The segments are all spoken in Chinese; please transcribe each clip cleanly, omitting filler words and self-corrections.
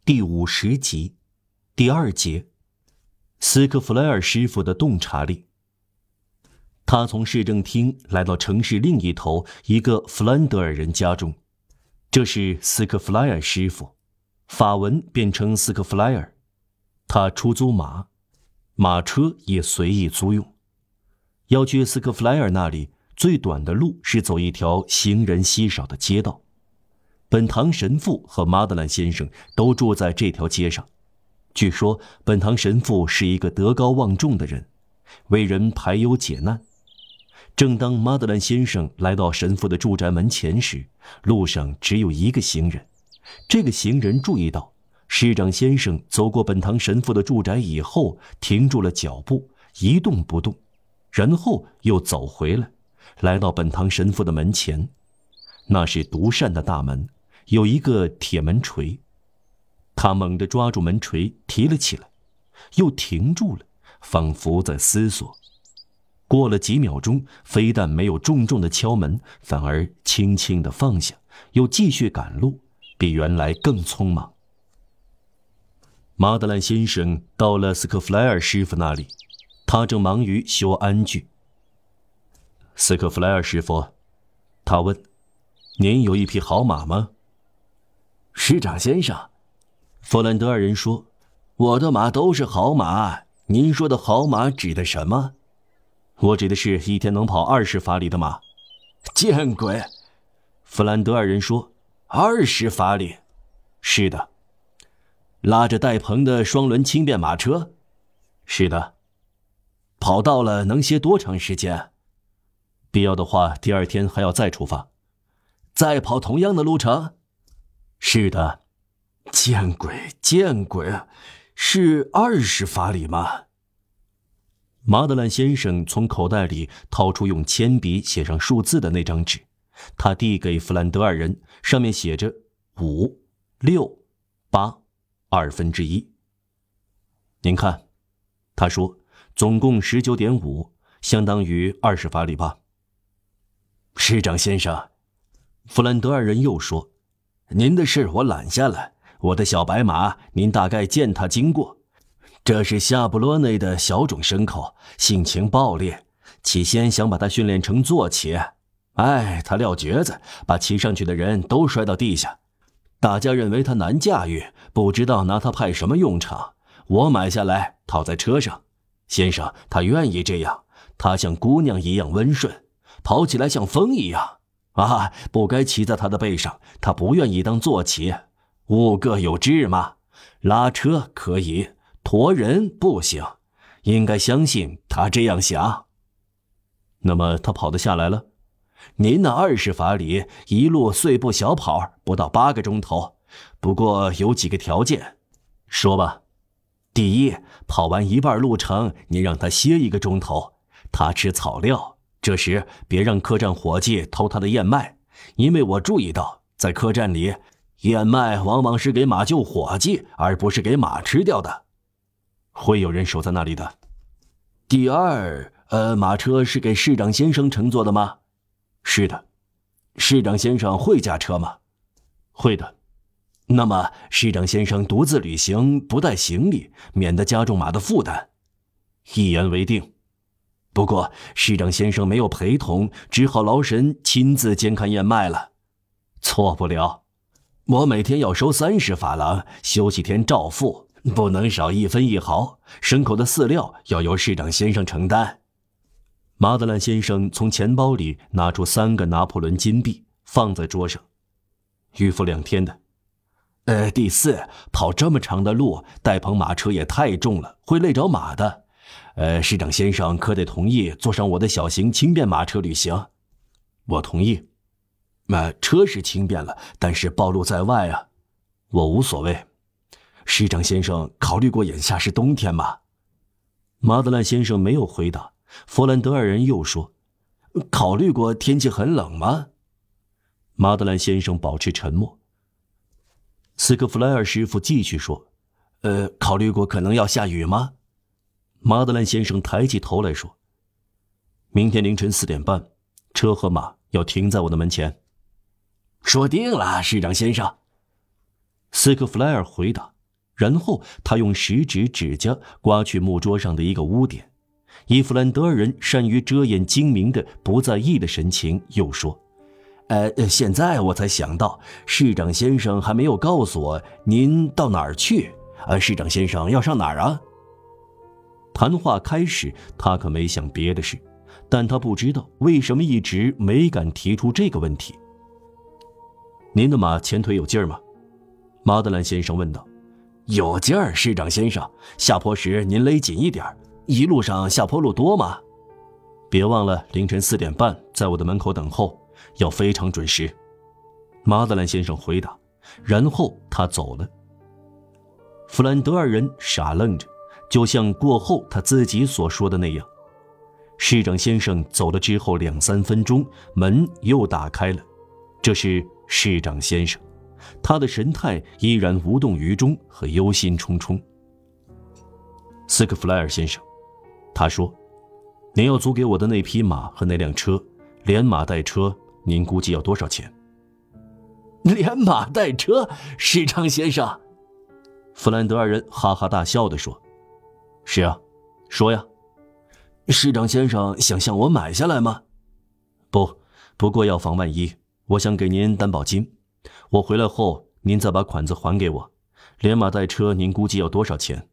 第50集，第2节，斯科弗莱尔师傅的洞察力。他从市政厅来到城市另一头一个弗兰德尔人家中，这是斯科弗莱尔师傅，法文便称斯科弗莱尔。他出租马，马车也随意租用。要去斯科弗莱尔那里，最短的路是走一条行人稀少的街道。本堂神父和马德兰先生都住在这条街上。据说本堂神父是一个德高望重的人，为人排忧解难。正当马德兰先生来到神父的住宅门前时，路上只有一个行人。这个行人注意到市长先生走过本堂神父的住宅以后，停住了脚步，一动不动，然后又走回来，来到本堂神父的门前。那是独扇的大门，有一个铁门锤。他猛地抓住门锤提了起来，又停住了，仿佛在思索。过了几秒钟，非但没有重重的敲门，反而轻轻地放下，又继续赶路，比原来更匆忙。马德兰先生到了斯科弗莱尔师傅那里，他正忙于修鞍具。斯科弗莱尔师傅，他问：“您有一匹好马吗？” 市长先生， 弗兰德尔人说：“ 我的马都是好马，您说的好马指的什么？” 我指的是一天能跑20法里的马。 见鬼！ 弗兰德尔人说 ：“20法里？” 是的。 拉着带棚的双轮轻便马车？ 是的。 跑到了能歇多长时间？ 必要的话，第2天还要再出发。 再跑同样的路程？ 是的。 见鬼，见鬼啊！是20法里吗？ 马德兰先生从口袋里掏出用铅笔写上数字的那张纸，他递给弗兰德尔人，上面写着5、6、8、1/2。您看，他说，总共19.5，相当于20法里吧。 市长先生， 弗兰德尔人又说， 您的事我揽下来，我的小白马您大概见他经过。这是夏布罗内的小种牲口，性情暴烈，起先想把它训练成坐骑，他撂蹶子，把骑上去的人都摔到地下。大家认为它难驾驭，不知道拿它派什么用场。我买下来套在车上，先生，他愿意这样，他像姑娘一样温顺，跑起来像风一样。不该骑在他的背上，他不愿意当坐骑。物各有志嘛，拉车可以，驮人不行，应该相信他这样想。 那么他跑得下来了？ 您那20法里一路碎步小跑，不到8个钟头。不过有几个条件。 说吧。 第一，跑完一半路程，您让他歇1个钟头，他吃草料。这时别让客栈伙计偷他的燕麦，因为我注意到在客栈里，燕麦往往是给马厩伙计，而不是给马吃掉的。 会有人守在那里的。 第二，马车是给市长先生乘坐的吗？ 是的。 市长先生会驾车吗？ 会的。 那么市长先生独自旅行，不带行李，免得加重马的负担。 一言为定。 不过市长先生没有陪同，只好劳神亲自监看燕麦了。 错不了。 我每天要收30法郎，休息天照付，不能少1分1毫。牲口的饲料要由市长先生承担。 马德兰先生从钱包里拿出3个拿破仑金币，放在桌上。预付2天的。 第四，跑这么长的路，带棚马车也太重了，会累着马的。市长先生可得同意坐上我的小型轻便马车旅行。 我同意。 车是轻便了，但是暴露在外啊。 我无所谓。 市长先生考虑过眼下是冬天吗？ 马德兰先生没有回答。弗兰德尔人又说， 考虑过天气很冷吗？ 马德兰先生保持沉默。斯科弗莱尔师傅继续说， 考虑过可能要下雨吗？ 马德兰先生抬起头来说，明天凌晨4点半，车和马要停在我的门前。 说定了，市长先生。 斯科弗莱尔回答， 然后他用食指指甲刮去木桌上的一个污点，以弗兰德尔人善于遮掩精明的不在意的神情，又说： 现在我才想到，市长先生还没有告诉我您到哪儿去。市长先生要上哪儿啊？ 谈话开始，他可没想别的事，但他不知道为什么一直没敢提出这个问题。您的马前腿有劲儿吗？马德兰先生问道。 有劲儿，市长先生。下坡时您勒紧一点，一路上下坡路多吗？ 别忘了凌晨4点半在我的门口等候，要非常准时。马德兰先生回答，然后他走了。弗兰德尔人傻愣着，就像过后他自己所说的那样。市长先生走了之后2-3分钟，门又打开了。这是市长先生，他的神态依然无动于衷和忧心忡忡。斯科弗莱尔先生，他说，您要租给我的那匹马和那辆车，连马带车，您估计要多少钱？ 连马带车，市长先生。 弗兰德尔人哈哈大笑地说：是啊，说呀。 市长先生想向我买下来吗？ 不过要防万一，我想给您担保金。我回来后，您再把款子还给我。连马带车，您估计要多少钱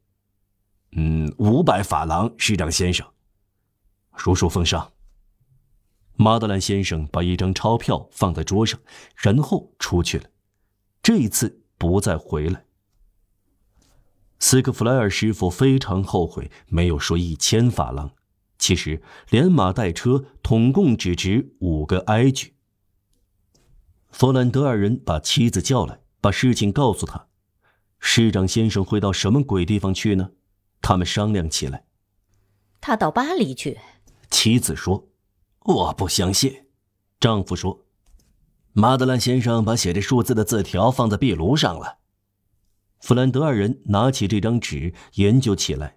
？500法郎，市长先生。 如数奉上。马德兰先生把一张钞票放在桌上，然后出去了。这一次不再回来。斯科弗莱尔师傅非常后悔没有说1000法郎，其实连马带车统共只值5个埃居。弗兰德尔人把妻子叫来，把事情告诉他。市长先生会到什么鬼地方去呢？他们商量起来。 他到巴黎去。 妻子说。 我不相信。 丈夫说。 马德兰先生把写着数字的字条放在壁炉上了。 弗兰德尔人拿起这张纸研究起来。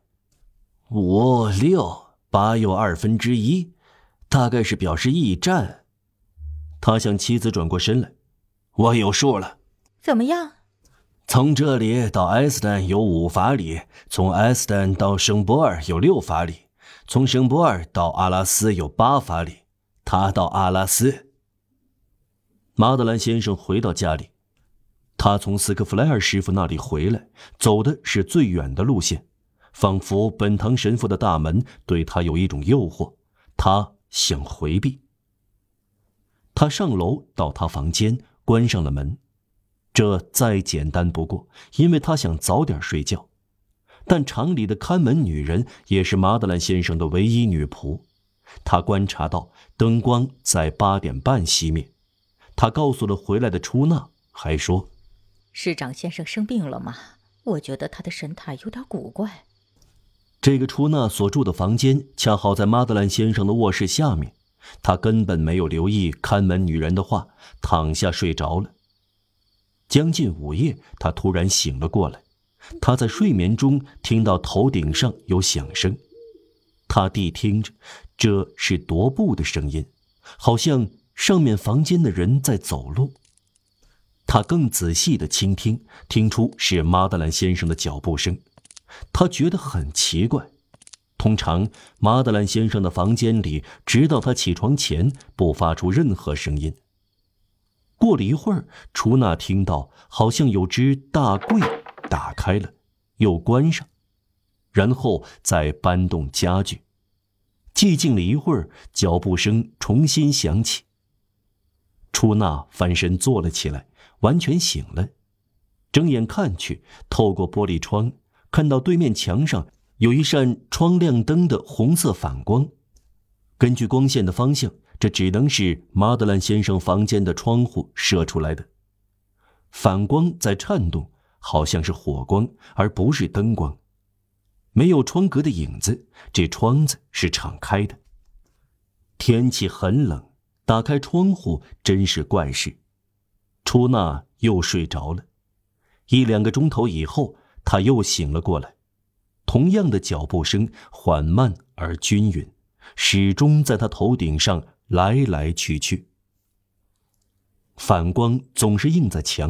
5、6、8又1/2，大概是表示驿站。 他向妻子转过身来。 我有数了。 怎么样？ 从这里到埃斯坦有5法里，从埃斯坦到圣波尔有6法里，从圣波尔到阿拉斯有8法里。他到阿拉斯。 马德兰先生回到家里。他从斯科弗莱尔师傅那里回来，走的是最远的路线，仿佛本堂神父的大门对他有一种诱惑，他想回避。他上楼到他房间，关上了门。这再简单不过，因为他想早点睡觉。但厂里的看门女人也是马德兰先生的唯一女仆。他观察到灯光在8点半熄灭。他告诉了回来的出纳，还说： 市长先生生病了吗？我觉得他的神态有点古怪。 这个出纳所住的房间恰好在马德兰先生的卧室下面，他根本没有留意看门女人的话，躺下睡着了。将近午夜，他突然醒了过来。他在睡眠中听到头顶上有响声，他谛听着，这是踱步的声音，好像上面房间的人在走路。他更仔细地倾听，听出是马德兰先生的脚步声。他觉得很奇怪，通常马德兰先生的房间里，直到他起床前不发出任何声音。过了一会儿，出纳听到好像有只大柜打开了，又关上，然后再搬动家具。寂静了一会儿，脚步声重新响起。出纳翻身坐了起来，完全醒了。睁眼看去，透过玻璃窗，看到对面墙上有一扇窗亮灯的红色反光。根据光线的方向，这只能是马德兰先生房间的窗户射出来的。反光在颤动，好像是火光，而不是灯光。没有窗格的影子，这窗子是敞开的。天气很冷，打开窗户真是怪事。出纳又睡着了。1-2个钟头以后，他又醒了过来。同样的脚步声，缓慢而均匀，始终在他头顶上来来去去。反光总是映在墙上，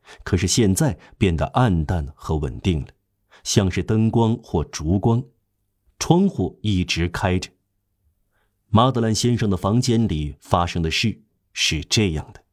可是现在变得暗淡和稳定了，像是灯光或烛光。窗户一直开着。马德兰先生的房间里发生的事是这样的。